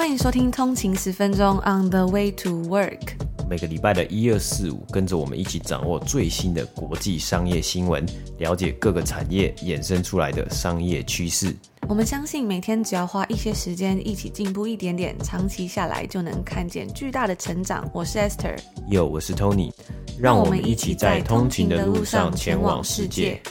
欢迎收听通勤10分钟 On the way to work。 每个礼拜的1、2、4、5，跟着我们一起掌握最新的国际商业新闻，了解各个产业衍生出来的商业趋势。 我们相信每天只要花一些时间一起进步一点点，长期下来就能看见巨大的成长。我是 Esther， 我是 Tony， 让我们一起在通勤的路上前往世界。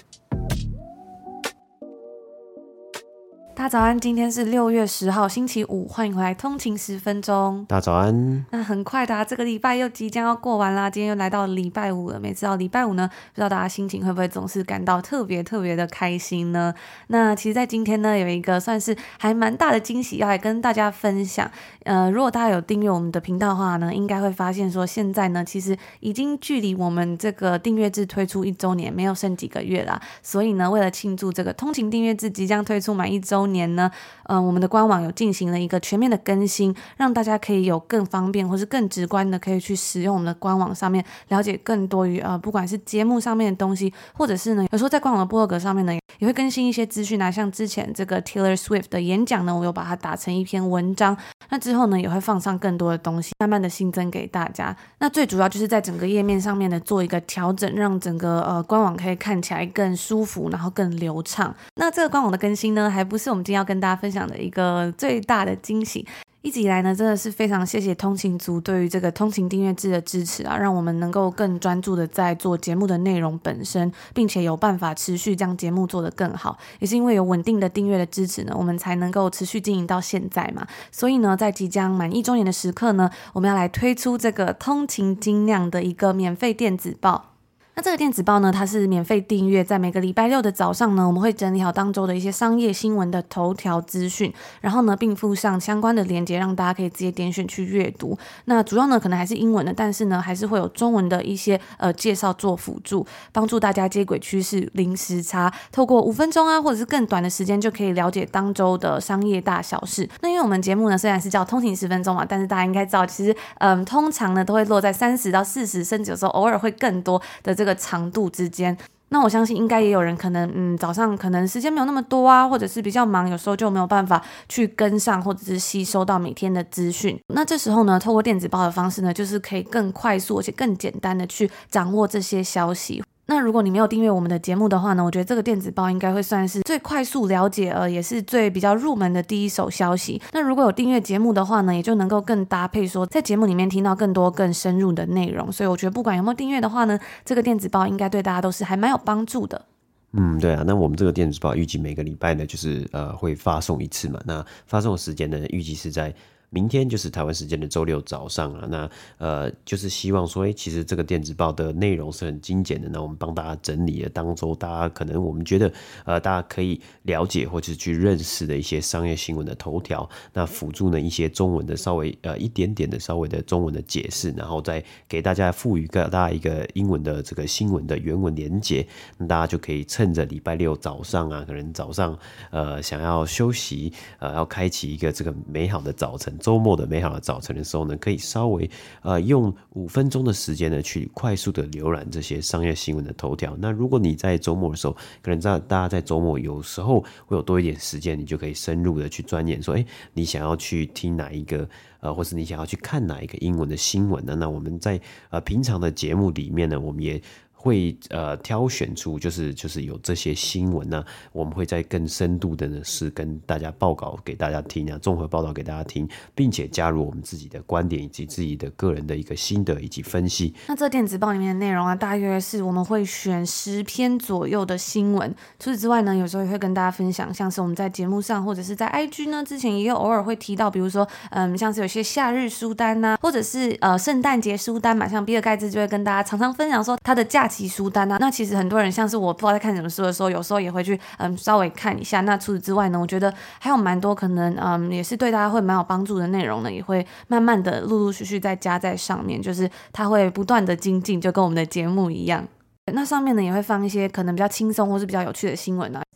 大家早安，今天是6月10号星期五，欢迎回来通勤10分钟。 大家早安。 那很快的这个礼拜又即将要过完啦，今天又来到礼拜五了。每次到礼拜五呢，不知道大家心情会不会总是感到特别的开心呢？那其实在今天呢，有一个算是还蛮大的惊喜要来跟大家分享。如果大家有订阅我们的频道的话呢，应该会发现说现在呢，其实已经距离我们这个订阅制推出1周年没有剩几个月啦。所以呢，为了庆祝这个通勤订阅制即将推出满1周年呢，我们的官网有进行了一个全面的更新，让大家可以有更方便或是更直观的可以去使用我们的官网上面了解更多于不管是节目上面的东西，或者是呢有时候在官网的部落格上面呢也会更新一些资讯啊，像之前这个 Taylor Swift 的演讲呢，我有把它打成一篇文章，那之后呢也会放上更多的东西，慢慢的新增给大家。那最主要就是在整个页面上面的做一个调整，让整个官网可以看起来更舒服，然后更流畅。那这个官网的更新呢，还不是我们今天要跟大家分享的一个最大的惊喜。一直以来呢，真的是非常谢谢通勤族对于这个通勤订阅制的支持啊，让我们能够更专注的在做节目的内容本身，并且有办法持续将节目做得更好。也是因为有稳定的订阅的支持呢，我们才能够持续经营到现在嘛。所以呢，在即将满1周年的时刻呢，我们要来推出这个通勤精酿的一个免费电子报。那这个电子报呢，它是免费订阅，在每个礼拜六的早上呢，我们会整理好当周的一些商业新闻的头条资讯，然后呢并附上相关的连结，让大家可以直接点选去阅读。那主要呢可能还是英文的，但是呢还是会有中文的一些介绍做辅助，帮助大家接轨趋势零时差，透过5分钟啊或者是更短的时间就可以了解当周的商业大小事。那因为我们节目呢虽然是叫通勤10分钟嘛，但是大家应该知道其实通常呢都会落在30到40，甚至有时候偶尔会更多的这个长度之间。那我相信应该也有人可能早上可能时间没有那么多啊，或者是比较忙，有时候就没有办法去跟上或者是吸收到每天的资讯。那这时候呢，透过电子报的方式呢，就是可以更快速而且更简单的去掌握这些消息。那如果你没有订阅我们的节目的话呢，我觉得这个电子报应该会算是最快速了解也是最比较入门的第一手消息。那如果有订阅节目的话呢，也就能够更搭配说在节目里面听到更多更深入的内容。所以我觉得不管有没有订阅的话呢，这个电子报应该对大家都是还蛮有帮助的。 对啊，那我们这个电子报预计每个礼拜呢就是会发送一次嘛。那发送的时间呢预计是在明天，就是台湾时间的周六早上啊。那就是希望说其实这个电子报的内容是很精简的，那我们帮大家整理了当周大家可能我们觉得大家可以了解或者去认识的一些商业新闻的头条，那辅助呢一些中文的稍微一点点的稍微的中文的解释，然后再给大家赋予大家一个英文的这个新闻的原文连结，那大家就可以趁着礼拜六早上啊，可能早上想要休息要开启一个这个美好的早晨，周末的美好的早晨的时候呢，可以稍微用5分钟的时间呢，去快速的浏览这些商业新闻的头条。那如果你在周末的时候，可能大家在周末有时候会有多一点时间，你就可以深入的去钻研说，你想要去听哪一个或是你想要去看哪一个英文的新闻呢？那我们在平常的节目里面呢，我们也会挑选出就是有这些新闻呢，我们会在更深度的呢是跟大家报告给大家听啊，综合报道给大家听，并且加入我们自己的观点以及自己的个人的一个心得以及分析。 那这电子报里面的内容啊，大约是我们会选10篇左右的新闻。除此之外呢，有时候也会跟大家分享，像是我们在节目上或者是在 IG 呢，之前也有偶尔会提到，比如说像是有些夏日书单啊，或者是圣诞节书单嘛，像比尔盖茨就会跟大家常常分享说他的假期书单啊。那其实很多人像是我不知道在看什么书的时候，有时候也会去稍微看一下。那除此之外呢，我觉得还有蛮多可能也是对大家会蛮有帮助的内容呢，也会慢慢的陆陆续续再加在上面，就是它会不断的精进，就跟我们的节目一样。那上面呢也会放一些可能比较轻松或是比较有趣的新闻啊，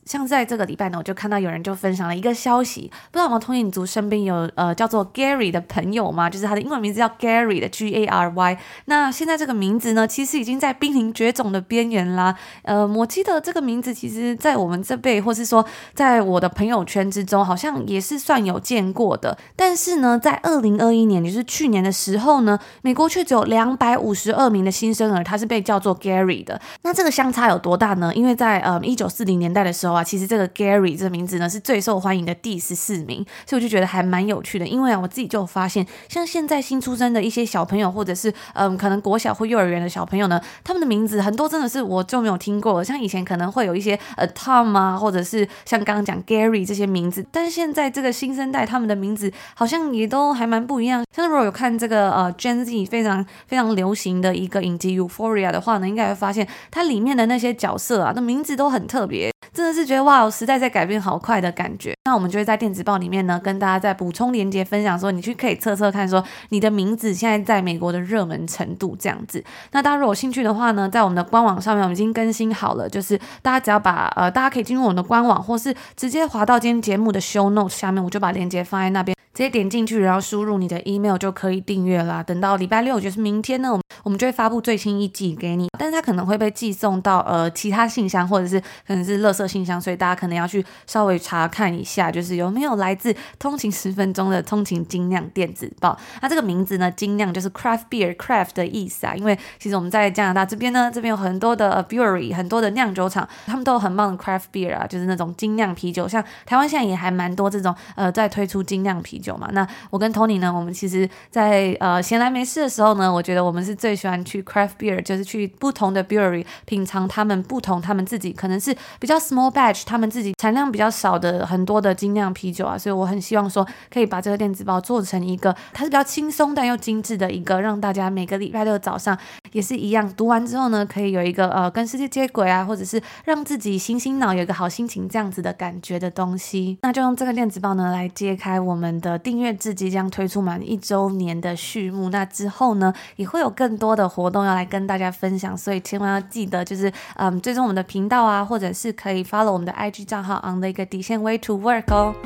像在这个礼拜呢，我就看到有人就分享了一个消息，不知道有没有通勤族身边有叫做 Gary 的朋友吗？就是他的英文名字叫 Gary 的 Gary。那现在这个名字呢，其实已经在濒临绝种的边缘啦。我记得这个名字其实在我们这辈，或是说在我的朋友圈之中，好像也是算有见过的。但是呢，在2021年，也就是去年的时候呢，美国却只有252名的新生儿，他是被叫做 Gary 的。那这个相差有多大呢？因为在1940年代的时候啊，其实这个 Gary 这个名字呢是最受欢迎的第14名，所以我就觉得还蛮有趣的。因为我自己就有发现，像现在新出生的一些小朋友，或者是可能国小或幼儿园的小朋友呢，他们的名字很多真的是我就没有听过，像以前可能会有一些Tom 啊，或者是像刚刚讲 Gary 这些名字，但是现在这个新生代他们的名字好像也都还蛮不一样。像如果有看这个Gen Z 非常非常流行的一个影集 Euphoria 的话呢，应该会发现它里面的那些角色啊的名字都很特别，真的是觉得哇，时代在改变好快的感觉。那我们就会在电子报里面呢跟大家再补充连结分享说，你去可以测测看说你的名字现在在美国的热门程度这样子。那大家如果有兴趣的话呢，在我们的官网上面我们已经更新好了，就是大家只要把大家可以进入我们的官网，或是直接滑到今天节目的 show notes 下面，我就把连结放在那边，直接点进去，然后输入你的 email 就可以订阅啦。等到礼拜六，就是明天呢，我们就会发布最新一季给你，但是它可能会被寄送到其他信箱，或者是可能是垃圾信箱，所以大家可能要去稍微查看一下，就是有没有来自通勤10分钟的通勤精酿电子报。那这个名字呢，精酿就是 craft beer craft 的意思啊，因为其实我们在加拿大这边呢，这边有很多的brewery， 很多的酿酒厂，他们都有很棒的 craft beer 啊，就是那种精酿啤酒，像台湾现在也还蛮多这种在推出精酿啤酒嘛。那我跟 Tony 呢，我们其实在闲来没事的时候呢，我觉得我们是最喜欢去 craft beer， 就是去不同的 brewery 品尝他们自己可能是比较 small batch， 他们自己产量比较少的很多的精酿啤酒啊，所以我很希望说可以把这个电子报做成一个它是比较轻松但又精致的一个，让大家每个礼拜六早上也是一样读完之后呢，可以有一个跟世界接轨啊，或者是让自己醒醒脑有一个好心情这样子的感觉的东西。那就用这个电子报呢来揭开我们的订阅制即将推出满1周年的序幕。那之后呢也会有更多的活动要来跟大家分享，所以千万要记得就是追踪我们的频道啊，或者是可以 follow 我们的 IG 账号 on 的一个底线 way to work 哦。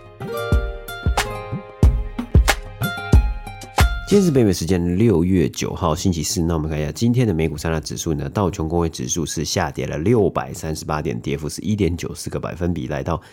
今天是北美时间6月9号星期四，那我们看一下今天的美股三大指数呢，道琼工业指数是下跌了638点，跌幅是 1.94 个百分比，来到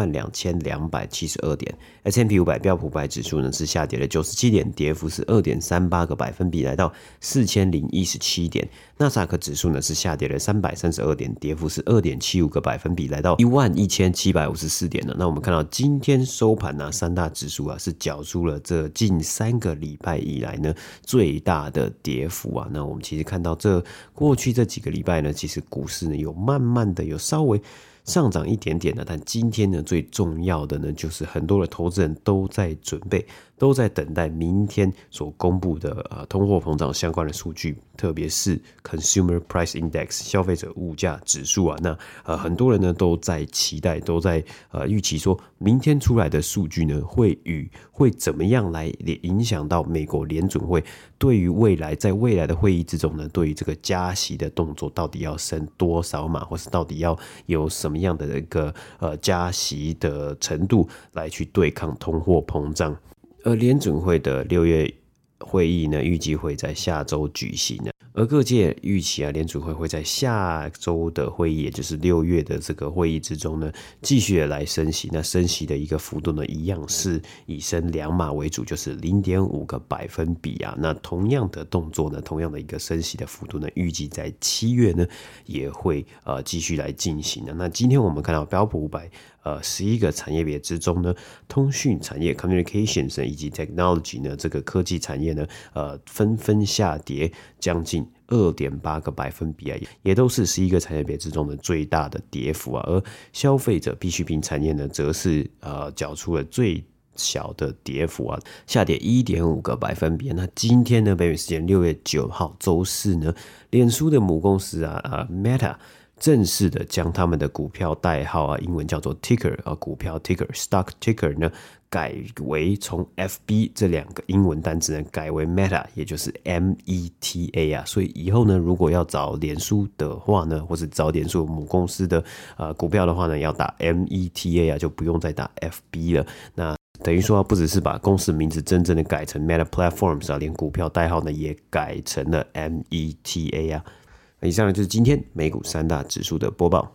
32,272点。S&P 500标普500指数呢是下跌了97点，跌幅是 2.38 个百分比，来到4017点。纳斯达克指数呢是下跌了332点，跌幅是 2.75 个百分比，来到11754点了。那我们看到今天收盘呢，三大指数啊是缴出了这近3个礼拜以来呢最大的跌幅啊。那我们其实看到过去这几个礼拜呢，其实股市呢有慢慢的有稍微上涨一点点的，但今天呢最重要的呢就是很多的投资人都在准备，都在等待明天所公布的通货膨胀相关的数据，特别是 Consumer Price Index 消费者物价指数啊。那很多人呢都在期待，都在预期说明天出来的数据呢会怎么样来影响到美国联准会对于在未来的会议之中呢，对于这个加息的动作到底要升多少码，或是到底要有什么样的一个加息的程度来去对抗通货膨胀。而联准会的6月会议呢，预计会在下周举行呢。而各界预期联准会会在下周的会议，也就是6月的这个会议之中呢，继续的来升息。那升息的一个幅度呢，一样是以升2码为主，就是 0.5 个百分比啊。那同样的动作呢，同样的一个升息的幅度呢，预计在7月呢也会继续来进行的。那今天我们看到标普500。11个产业别之中呢，通讯产业 communications 以及 technology 呢，这个科技产业呢，纷纷下跌将近2.8 个百分比啊，也都是11个产业别之中的最大的跌幅啊。而消费者必需品产业呢，则是缴出了最小的跌幅啊，下跌 1.5 个百分比。那今天呢，北美时间6月9号周四呢，脸书的母公司Meta 正式的将他们的股票代号啊，英文叫做 ticker 股票 ticker stock ticker 呢，改为从 FB 这2个英文单词呢改为 Meta， 也就是 META 啊。所以以后呢，如果要找脸书的话呢，或是找脸书母公司的股票的话呢，要打 META 啊，就不用再打 FB 了。那等于说，不只是把公司名字真正的改成 Meta Platforms 啊，连股票代号呢也改成了 META 啊。以上呢就是今天美股3大指数的播报。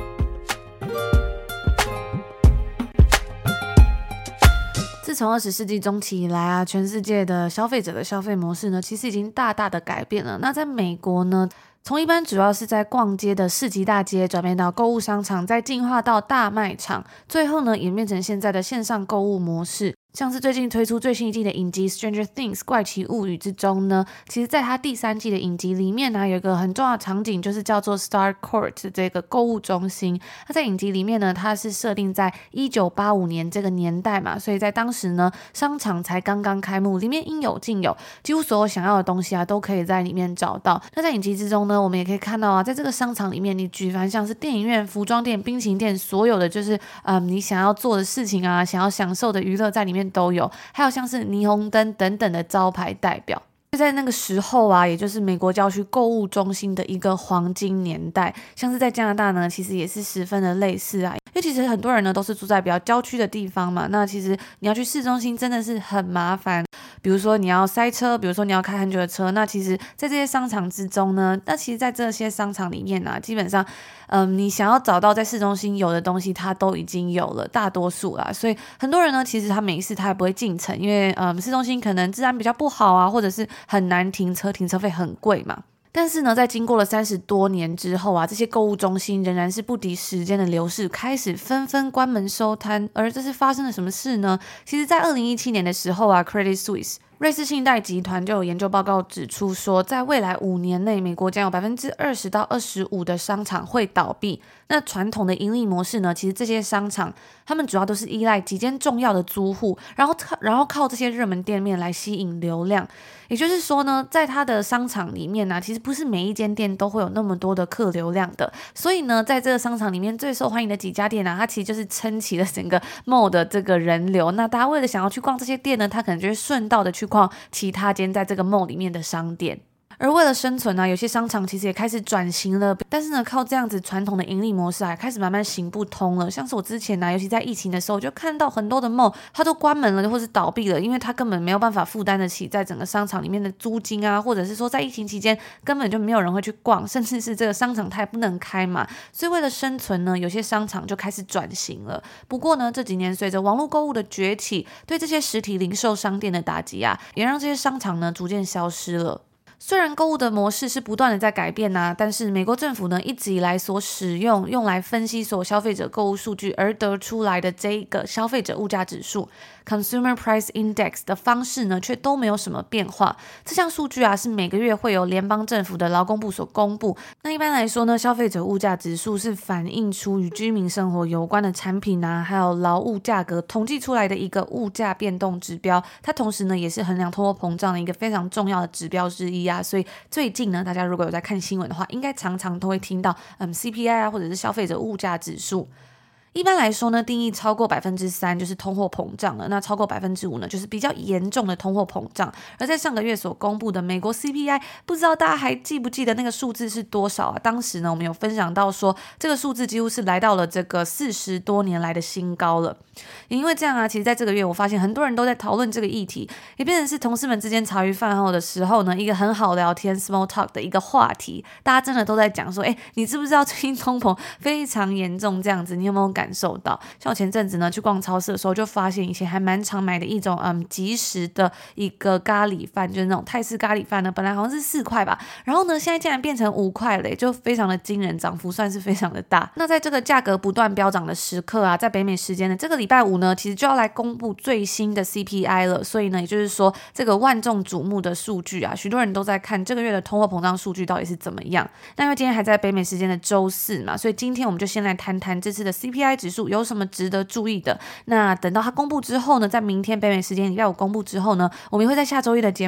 自从20世纪中期以来啊，全世界的消费者的消费模式呢，其实已经大大的改变了。那在美国呢，从一般主要是在逛街的市集大街，转变到购物商场，再进化到大卖场，最后呢演变成现在的线上购物模式。像是最近推出最新一季的影集《Stranger Things 怪奇物语》之中呢，其实在它第3季的影集里面呢，有一个很重要的场景，就是叫做 Star Court 这个购物中心。它在影集里面呢，它是设定在1985年这个年代嘛，所以在当时呢，商场才刚刚开幕，里面应有尽有，几乎所有想要的东西啊，都可以在里面找到。那在影集之中呢，我们也可以看到啊，在这个商场里面，你举凡像是电影院、服装店、冰淇淋店，所有的就是你想要做的事情啊，想要享受的娱乐在里面都有，还有像是霓虹灯等等的招牌代表。在那个时候啊，也就是美国郊区购物中心的一个黄金年代，像是在加拿大呢，其实也是十分的类似啊。因为其实很多人呢都是住在比较郊区的地方嘛，那其实你要去市中心真的是很麻烦。比如说你要塞车，比如说你要开很久的车，那其实在这些商场之中呢，那其实在这些商场里面啊，基本上你想要找到在市中心有的东西，它都已经有了，大多数啦。所以很多人呢，其实他没事他也不会进城，因为市中心可能治安比较不好啊，或者是很难停车，停车费很贵嘛。但是呢，在经过了30多年之后啊，这些购物中心仍然是不敌时间的流逝，开始纷纷关门收摊。而这是发生了什么事呢？其实在2017年的时候啊 ，Credit Suisse瑞士信贷集团就有研究报告指出说，在未来5年内，美国将有20%到25%的商场会倒闭。那传统的盈利模式呢，其实这些商场他们主要都是依赖几间重要的租户，然后靠这些热门店面来吸引流量。也就是说呢，在它的商场里面呢，其实不是每一间店都会有那么多的客流量的。所以呢，在这个商场里面最受欢迎的几家店啊，它其实就是撑起了整个 mall 的这个人流。那大家为了想要去逛这些店呢，他可能就会顺道的去逛其他间在这个 mall 里面的商店。而为了生存啊，有些商场其实也开始转型了，但是呢，靠这样子传统的盈利模式啊，开始慢慢行不通了。像是我之前尤其在疫情的时候，就看到很多的 mall 它都关门了，或是倒闭了，因为它根本没有办法负担得起在整个商场里面的租金啊，或者是说在疫情期间根本就没有人会去逛，甚至是这个商场它也不能开嘛。所以为了生存呢，有些商场就开始转型了。不过呢，这几年随着网络购物的崛起，对这些实体零售商店的打击啊，也让这些商场呢逐渐消失了。虽然购物的模式是不断的在改变啊，但是美国政府呢一直以来所用来分析所有消费者购物数据而得出来的这一个消费者物价指数 Consumer Price Index 的方式呢，却都没有什么变化。这项数据啊是每个月会由联邦政府的劳工部所公布。那一般来说呢，消费者物价指数是反映出与居民生活有关的产品啊，还有劳务价格统计出来的一个物价变动指标。它同时呢也是衡量通货膨胀的一个非常重要的指标之一啊。所以最近呢，大家如果有在看新闻的话，应该常常都会听到CPI 啊，或者是消费者物价指数。一般来说呢，定义超过 3% 就是通货膨胀了，那超过 5% 呢就是比较严重的通货膨胀。而在上个月所公布的美国 CPI， 不知道大家还记不记得那个数字是多少啊？当时呢我们有分享到说，这个数字几乎是来到了这个40多年来的新高了。也因为这样啊，其实在这个月我发现很多人都在讨论这个议题，也变成是同事们之间茶余饭后的时候呢，一个很好聊天 small talk 的一个话题。大家真的都在讲说，你知不知道最近通膨非常严重这样子，你有没有感受到？像我前阵子呢去逛超市的时候，就发现以前还蛮常买的一种即食的一个咖喱饭，就是那种泰式咖喱饭呢，本来好像是4块吧，然后呢现在竟然变成5块了，就非常的惊人，涨幅算是非常的大。那在这个价格不断飙涨的时刻啊，在北美时间的这个礼拜5呢，其实就要来公布最新的 CPI 了。所以呢，也就是说这个万众瞩目的数据啊，许多人都在看这个月的通货膨胀数据到底是怎么样。那因为今天还在北美时间的周4嘛，所以今天我们就先来谈谈这次的 CPI 指数有什么值得注意的。那等到它公布之后呢，在明天北美时间礼拜5公布之后呢，我们也会在下周一的节目上面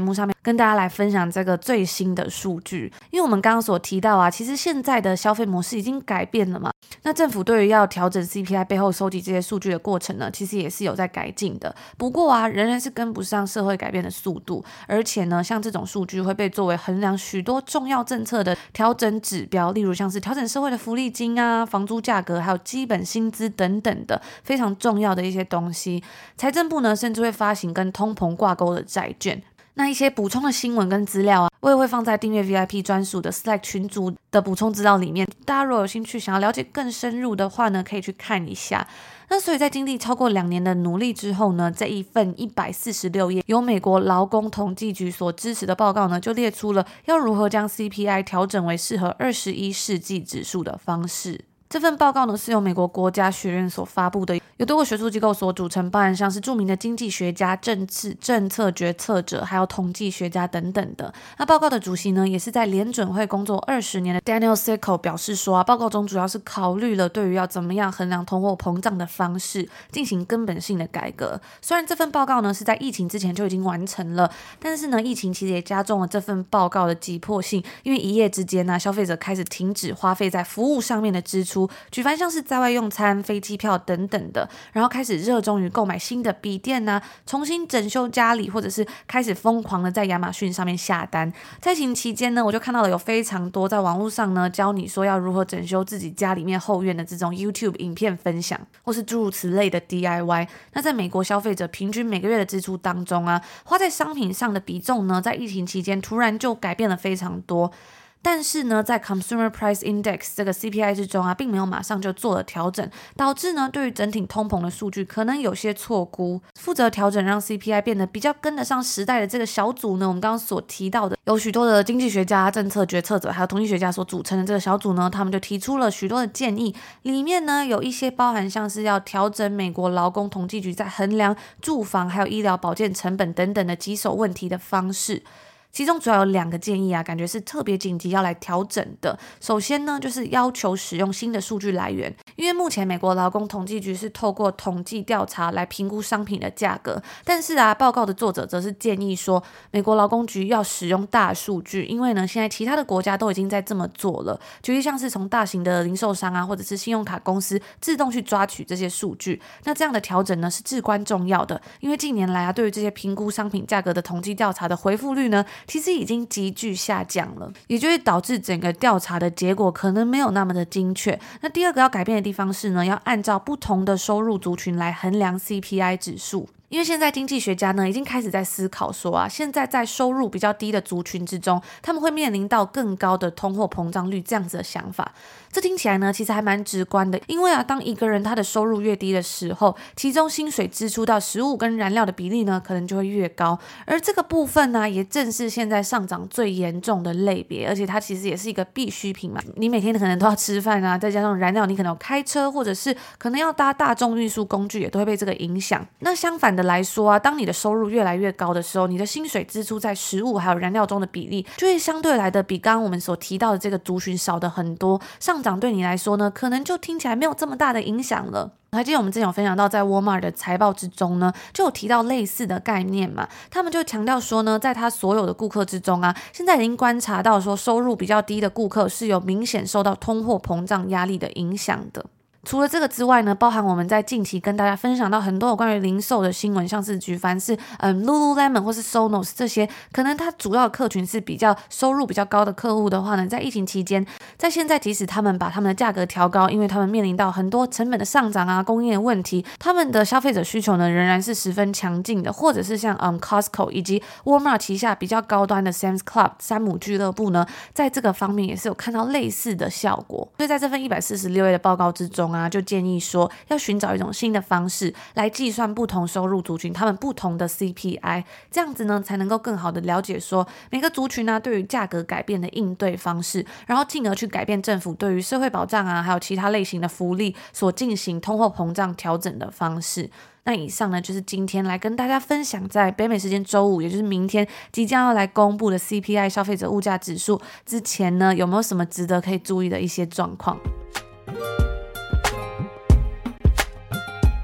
跟大家来分享这个最新的数据。因为我们刚刚所提到啊，其实现在的消费模式已经改变了嘛，那政府对于要调整 CPI 背后收集这些数据的过程呢，其实也是有在改进的。不过啊，仍然是跟不上社会改变的速度，而且呢，像这种数据会被作为衡量许多重要政策的调整指标，例如像是调整社会的福利金啊、房租价格，还有基本薪资等等的非常重要的一些东西。财政部呢，甚至会发行跟通膨挂钩的债券。那一些补充的新闻跟资料啊，我也会放在订阅 VIP 专属的 Slack 群组的补充资料里面。大家如果有兴趣想要了解更深入的话呢，可以去看一下。那所以在经历超过2年的努力之后呢，这一份146页由美国劳工统计局所支持的报告呢，就列出了要如何将 CPI 调整为适合21世纪指数的方式。这份报告呢是由美国国家学院所发布的，由多个学术机构所组成，包含像是著名的经济学家、政策决策者，还有统计学家等等的。那报告的主席呢，也是在联准会工作20年的 Daniel Sickle 表示说啊，报告中主要是考虑了对于要怎么样衡量通货膨胀的方式进行根本性的改革。虽然这份报告呢是在疫情之前就已经完成了，但是呢，疫情其实也加重了这份报告的急迫性，因为一夜之间呢，消费者开始停止花费在服务上面的支出，举凡像是在外用餐、飞机票等等的，然后开始热衷于购买新的笔电啊，重新整修家里，或者是开始疯狂的在亚马逊上面下单。在疫情期间呢，我就看到了有非常多在网络上呢教你说要如何整修自己家里面后院的这种 YouTube 影片分享，或是诸如此类的 DIY。那在美国消费者平均每个月的支出当中啊，花在商品上的比重呢，在疫情期间突然就改变了非常多。但是呢，在 Consumer Price Index 这个 CPI 之中啊，并没有马上就做了调整，导致呢对于整体通膨的数据可能有些错估。负责调整让 CPI 变得比较跟得上时代的这个小组呢，我们刚刚所提到的有许多的经济学家、政策决策者还有统计学家所组成的这个小组呢，他们就提出了许多的建议，里面呢有一些包含像是要调整美国劳工统计局在衡量住房还有医疗保健成本等等的棘手问题的方式。其中主要有2个建议啊，感觉是特别紧急要来调整的。首先呢，就是要求使用新的数据来源，因为目前美国劳工统计局是透过统计调查来评估商品的价格，但是啊，报告的作者则是建议说，美国劳工局要使用大数据，因为呢，现在其他的国家都已经在这么做了，举例像是从大型的零售商啊，或者是信用卡公司自动去抓取这些数据。那这样的调整呢是至关重要的，因为近年来啊，对于这些评估商品价格的统计调查的回复率呢，其实已经急剧下降了，也就会导致整个调查的结果可能没有那么的精确。那第2个要改变的地方是呢，要按照不同的收入族群来衡量 CPI 指数。因为现在经济学家呢已经开始在思考说啊，现在在收入比较低的族群之中，他们会面临到更高的通货膨胀率这样子的想法。这听起来呢其实还蛮直观的，因为啊，当一个人他的收入越低的时候，其中薪水支出到食物跟燃料的比例呢可能就会越高，而这个部分呢也正是现在上涨最严重的类别，而且它其实也是一个必需品嘛，你每天可能都要吃饭啊，再加上燃料你可能有开车或者是可能要搭大众运输工具，也都会被这个影响。那相反的来说啊，当你的收入越来越高的时候，你的薪水支出在食物还有燃料中的比例就会相对来的比刚刚我们所提到的这个族群少的很多，上涨对你来说呢可能就听起来没有这么大的影响了。还记得我们之前有分享到在 Walmart 的财报之中呢，就有提到类似的概念嘛，他们就强调说呢，在他所有的顾客之中啊，现在已经观察到说收入比较低的顾客是有明显受到通货膨胀压力的影响的。除了这个之外呢，包含我们在近期跟大家分享到很多有关于零售的新闻，像是举凡是Lululemon 或是 Sonos 这些，可能它主要的客群是比较收入比较高的客户的话呢，在疫情期间，在现在即使他们把他们的价格调高，因为他们面临到很多成本的上涨啊、供应的问题，他们的消费者需求呢仍然是十分强劲的，或者是像Costco 以及 Walmart 旗下比较高端的 Sam's Club 山姆俱乐部呢，在这个方面也是有看到类似的效果。所以在这份146页的报告之中就建议说要寻找一种新的方式来计算不同收入族群他们不同的 CPI， 这样子呢才能够更好的了解说每个族群对于价格改变的应对方式，然后进而去改变政府对于社会保障还有其他类型的福利所进行通货膨胀调整的方式。那以上呢就是今天来跟大家分享在北美时间周五，也就是明天即将要来公布的 CPI 消费者物价指数之前呢，有没有什么值得可以注意的一些状况。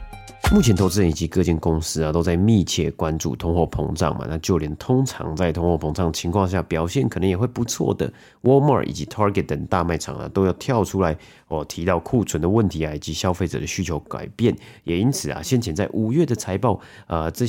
目前投资人以及各间公司啊，都在密切关注通货膨胀嘛。那就连通常在通货膨胀情况下表现可能也会不错的 Walmart 以及 Target 等大卖场啊，都要跳出来提到库存的问题啊，以及消费者的需求改变。也因此啊，先前在5月的财报，这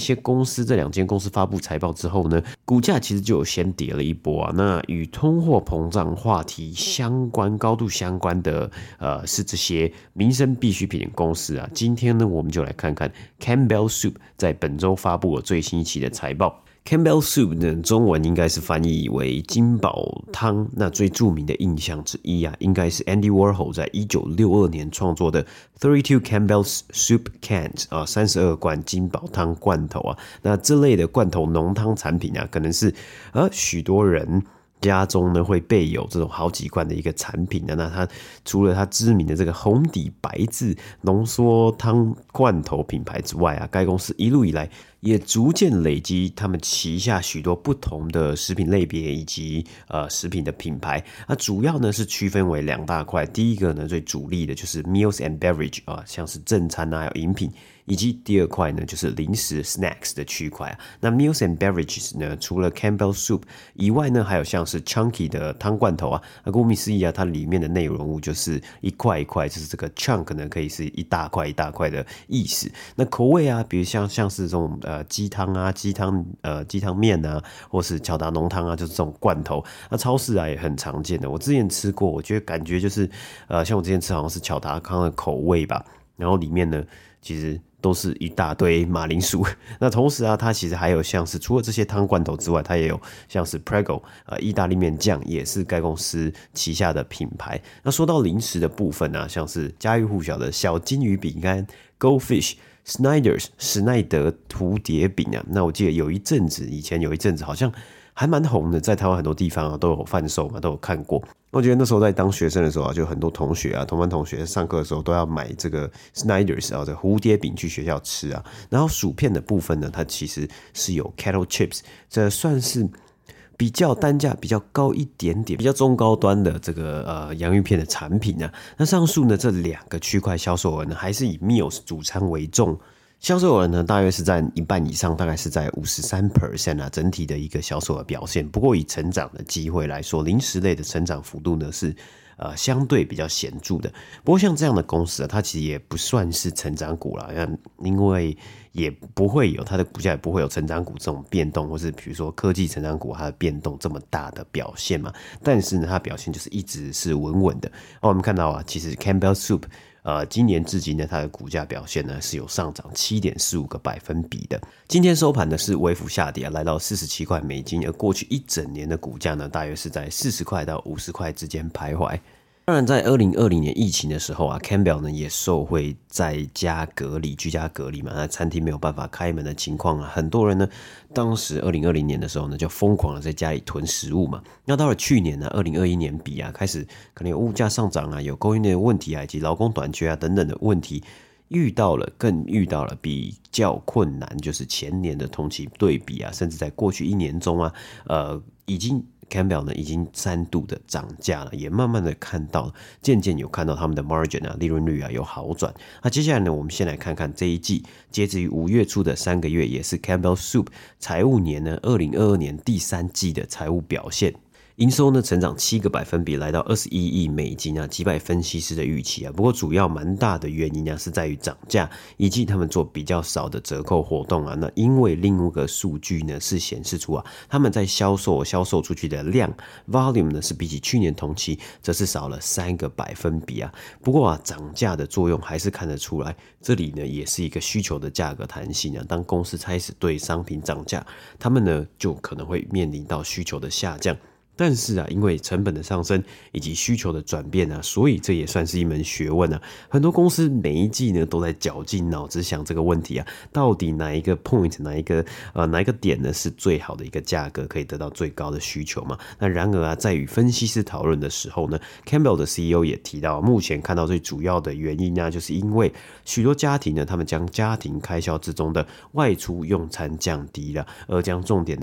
2间公司发布财报之后呢，股价其实就有先跌了一波啊。那与通货膨胀话题高度相关的是这些民生必需品公司啊。今天呢，我们就来看看 Campbell Soup 在本周发布了最新一期的财报。Campbell Soup 呢，中文应该是翻译为金宝汤。那最著名的印象之一啊，应该是 Andy Warhol 在1962年创作的32 Campbell Soup Cans 啊，32罐金宝汤罐头啊。那这类的罐头浓汤产品啊，可能是许多人家中呢会备有这种好几罐的一个产品的。那它除了它知名的这个红底白字浓缩汤罐头品牌之外啊，该公司一路以来也逐渐累积他们旗下许多不同的食品类别以及食品的品牌。那主要呢是区分为2大块，第一个呢最主力的就是 Meals and Beverage 啊，像是正餐啊还有饮品，以及第2块呢就是零食 Snacks 的区块啊。那 Meals and Beverages 呢，除了 Campbell Soup 以外呢，还有像是 Chunky 的汤罐头啊，顾名思义啊，它里面的内容物就是一块一块，就是这个 chunk 呢可以是一大块一大块的意思。那口味啊，比如像是这种鸡汤啊、鸡汤面啊，或是巧达浓汤啊，就是这种罐头。那超市啊也很常见的，我之前吃过，我觉得感觉就是像我之前吃好像是巧达康的口味吧，然后里面呢其实都是一大堆马铃薯。那同时啊，它其实还有像是除了这些汤罐头之外，它也有像是 Prego 意大利面酱，也是该公司旗下的品牌。那说到零食的部分啊，像是家喻户晓的小金鱼饼干 Goldfish、Snyder's 史奈德蝴蝶饼啊，那我记得以前有一阵子好像还蛮红的，在台湾很多地方啊都有贩售嘛，都有看过。我觉得那时候在当学生的时候啊，就很多同学啊，同班同学上课的时候都要买这个 Snyder's 啊，这蝴蝶饼去学校吃啊。然后薯片的部分呢，它其实是有 Kettle Chips， 这算是比较单价比较高一点点、比较中高端的这个洋芋片的产品啊。那上述呢这2个区块销售额呢，还是以 Meals 主餐为重。销售额呢，大约是占一半以上，大概是在 53% 啊，整体的一个销售额表现。不过以成长的机会来说，零食类的成长幅度呢是相对比较显著的。不过像这样的公司啊，它其实也不算是成长股啦，因为也不会有它的股价也不会有成长股这种变动，或是比如说科技成长股它的变动这么大的表现嘛。但是呢，它表现就是一直是稳稳的。我们看到啊，其实 Campbell Soup今年至今呢，它的股价表现呢是有上涨 7.45 个百分比的。今天收盘呢是微幅下跌来到47块美金，而过去一整年的股价呢，大约是在40块到50块之间徘徊。当然，在2020年疫情的时候啊 ，Campbell 呢也受惠在家居家隔离嘛，那餐厅没有办法开门的情况啊，很多人呢，当时2020年的时候呢，就疯狂的在家里囤食物嘛。那到了去年呢，2021年比啊，开始可能有物价上涨啊，有供应链的问题啊，以及劳工短缺啊等等的问题，更遇到了比较困难，就是前年的同期对比啊，甚至在过去1年中啊，Campbell 呢已经3度的涨价了，也慢慢的渐渐有看到他们的 margin 啊，利润率啊有好转。那接下来呢，我们先来看看这一季，截止于5月初的3个月，也是 Campbell Soup 财务年呢2022年第3季的财务表现。营收呢成长7个百分比，来到21亿美金啊，击败分析师的预期啊。不过主要蛮大的原因啊，是在于涨价以及他们做比较少的折扣活动啊。那因为另一个数据呢是显示出啊，他们在销售出去的量 volume 呢是比起去年同期则是少了3个百分比啊。不过啊，涨价的作用还是看得出来，这里呢也是一个需求的价格弹性啊。当公司开始对商品涨价，他们呢就可能会面临到需求的下降。但是啊，因为成本的上升以及需求的转变啊，所以这也算是一门学问啊。很多公司每一季呢都在绞尽脑汁想这个问题啊，到底哪一个 point 哪一个点呢是最好的一个价格，可以得到最高的需求嘛？那然而啊，在与分析师讨论的时候呢 ，Campbell 的 CEO 也提到，目前看到最主要的原因啊，就是因为许多家庭呢，他们将家庭开销之中的外出用餐降低了，而将重点呢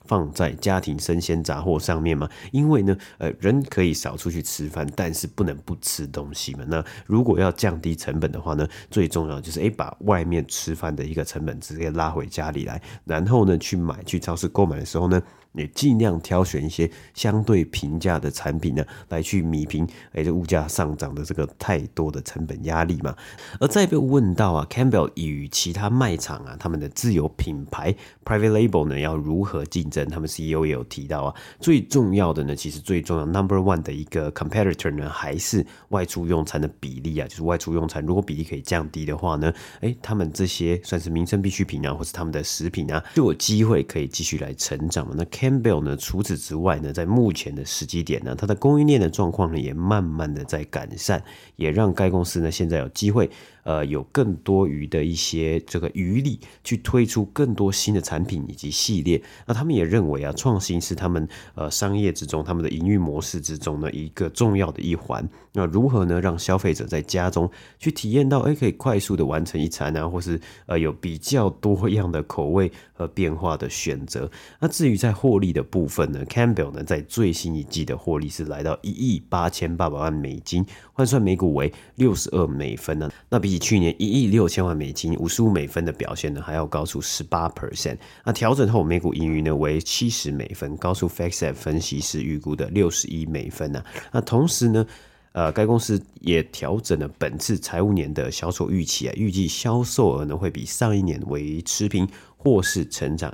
放在家庭生鲜杂货上面嘛，因为呢，人可以少出去吃饭，但是不能不吃东西嘛。那如果要降低成本的话呢，最重要就是把外面吃饭的一个成本直接拉回家里来，然后呢去超市购买的时候呢，也尽量挑选一些相对平价的产品呢，来去弥平这物价上涨的这个太多的成本压力嘛。而再被问到啊 ，Campbell 与其他卖场啊，他们的自有品牌 Private Label 呢要如何竞争？他们 CEO 也有提到啊，最重要的呢，其实最重要 Number One 的一个 competitor 呢，还是外出用餐的比例啊，就是外出用餐如果比例可以降低的话呢，他们这些算是民生必需品啊，或是他们的食品啊，就有机会可以继续来成长嘛。那 Campbell 呢，除此之外呢，在目前的时机点呢，它的供应链的状况呢，也慢慢的在改善，也让该公司呢现在有机会有更多余的一些这个余力去推出更多新的产品以及系列。那他们也认为啊，创新是他们商业之中，他们的营运模式之中呢一个重要的一环。那如何呢，让消费者在家中去体验到可以快速的完成一餐啊，或是有比较多样的口味和变化的选择。那至于在获利的部分呢， Campbell 呢在最新一季的获利是来到$188,000,000，换算每股为$62呢。那比起去年$160,000,000$55的表现呢，还要高出 18%。那调整后每股盈余呢为$70，高出 FactSet 分析师预估的$61啊。那同时呢，该公司也调整了本次财务年的销售预期啊，预计销售额呢会比上一年为持平，或是成长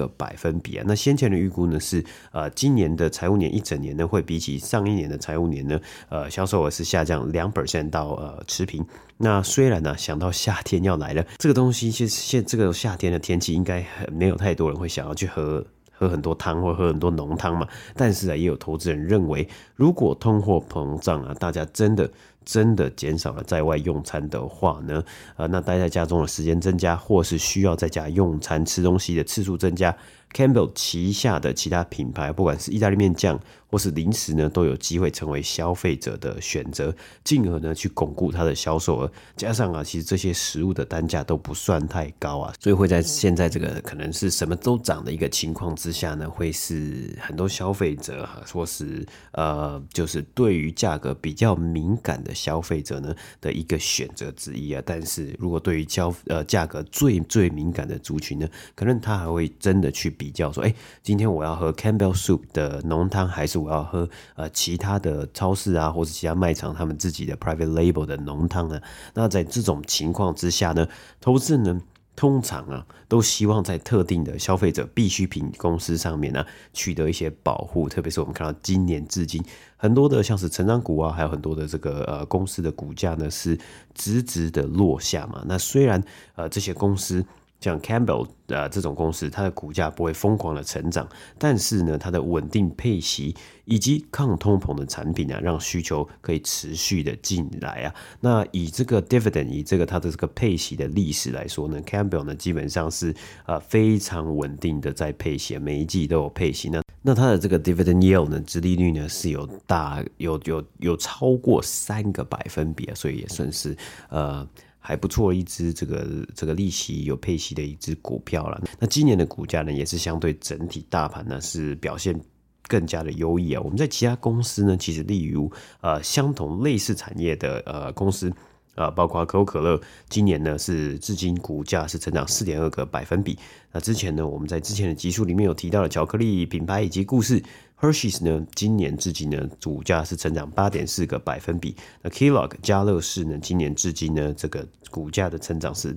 1%啊。那先前的预估呢是今年的财务年一整年呢会比起上一年的财务年呢销售额是下降2%到持平。那虽然呢想到夏天要来了，这个东西其实这个夏天的天气应该没有太多人会想要去喝很多汤或喝很多浓汤嘛，但是也有投资人认为，如果通货膨胀啊，大家真的减少了在外用餐的话呢，那待在家中的时间增加，或是需要在家用餐吃东西的次数增加， Campbell 旗下的其他品牌，不管是意大利面酱或是零食呢，都有机会成为消费者的选择，进而呢去巩固它的销售额。加上啊，其实这些食物的单价都不算太高啊，所以会在现在这个可能是什么都涨的一个情况之下呢，会是很多消费者或是就是对于价格比较敏感的消费者呢的一个选择之一啊。但是如果对于价格最敏感的族群呢，可能他还会真的去比较说，今天我要喝 Campbell Soup 的浓汤，还是我要喝其他的超市啊，或是其他卖场他们自己的 Private Label 的浓汤呢？那在这种情况之下呢，投资人呢通常啊都希望在特定的消费者必需品公司上面呢取得一些保护，特别是我们看到今年至今很多的像是成长股啊，还有很多的这个公司的股价呢是直直的落下嘛。那虽然这些公司像 Campbell 这种公司，它的股价不会疯狂的成长，但是呢，它的稳定配息以及抗通膨的产品啊，让需求可以持续的进来啊。那以这个 dividend， 以这个它的这个配息的历史来说呢 ，Campbell 呢基本上是非常稳定的在配息，每一季都有配息。那它的这个 dividend yield 呢，殖利率呢是有超过3%啊，所以也算是还不错一支这个利息有配息的一支股票了。那今年的股价呢，也是相对整体大盘呢是表现更加的优异啊。我们在其他公司呢，其实例如相同类似产业的公司。包括可口可乐，今年呢是至今股价是成长4.2%。那之前呢，我们在之前的集数里面有提到的巧克力品牌以及故事 Hershey's 呢，今年至今呢股价是成长8.4%。那 Kellogg 家乐氏呢，今年至今呢这个股价的成长是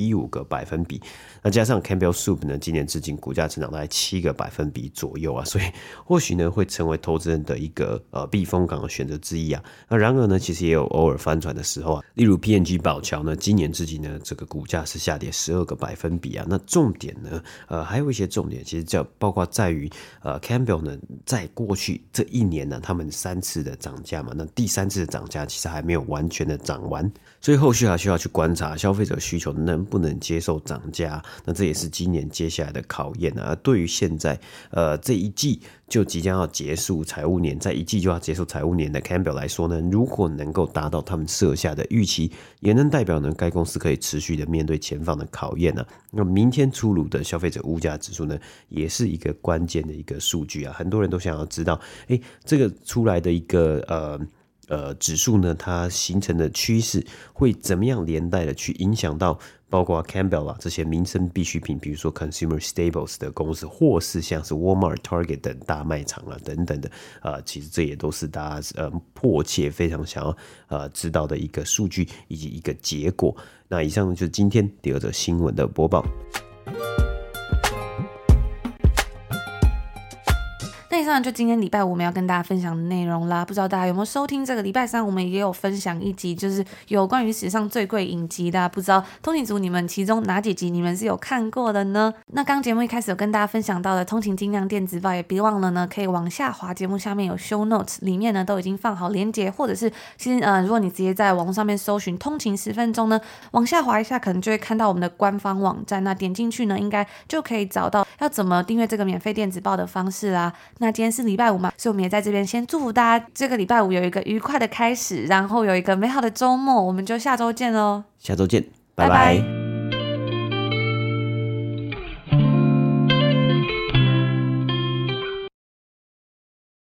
6.15%。那加上 Campbell Soup 呢，今年至今股价成长大概7%左右啊，所以或许呢会成为投资人的一个避风港的选择之一啊。那然而呢，其实也有偶尔翻船的时候啊，例如 P&G 宝乔呢，今年至今呢这个股价是下跌12%啊。那重点呢，还有一些重点，其实包括在于Campbell 呢，在过去这一年呢，他们3次的涨价嘛，那第3次的涨价其实还没有完全的涨完，所以后续还需要去观察消费者需求能不能接受涨价。那这也是今年接下来的考验啊。对于现在这一季就即将要结束财务年，在一季就要结束财务年的 Campbell 来说呢，如果能够达到他们设下的预期，也能代表呢该公司可以持续的面对前方的考验啊。那明天出炉的消费者物价指数呢，也是一个关键的一个数据啊，很多人都想要知道，这个出来的一个指数呢，它形成的趋势会怎么样连带的去影响到包括 Campbell 这些民生必需品，比如说 Consumer Staples 的公司，或是像是 Walmart、Target 等大卖场等等的，其实这也都是大家迫切非常想要知道的一个数据以及一个结果。那以上就是今天第二则新闻的播报。 那以上就今天礼拜五我们要跟大家分享的内容啦，不知道大家有没有收听？这个礼拜三我们也有分享一集，就是有关于史上最贵影集的，不知道通勤族你们其中哪几集你们是有看过的呢？那刚节目一开始有跟大家分享到的通勤精酿电子报，也别忘了呢可以往下滑，节目下面有 show notes， 里面呢都已经放好连结，或者是其实如果你直接在网络上面搜寻通勤10分钟呢，往下滑一下可能就会看到我们的官方网站，那点进去呢应该就可以找到要怎么订阅这个免费电子报的方式啦。那今天是礼拜五嘛，所以我们也在这边先祝福大家这个礼拜五有一个愉快的开始，然后有一个美好的周末，我们就下周见咯。 下周见，拜拜。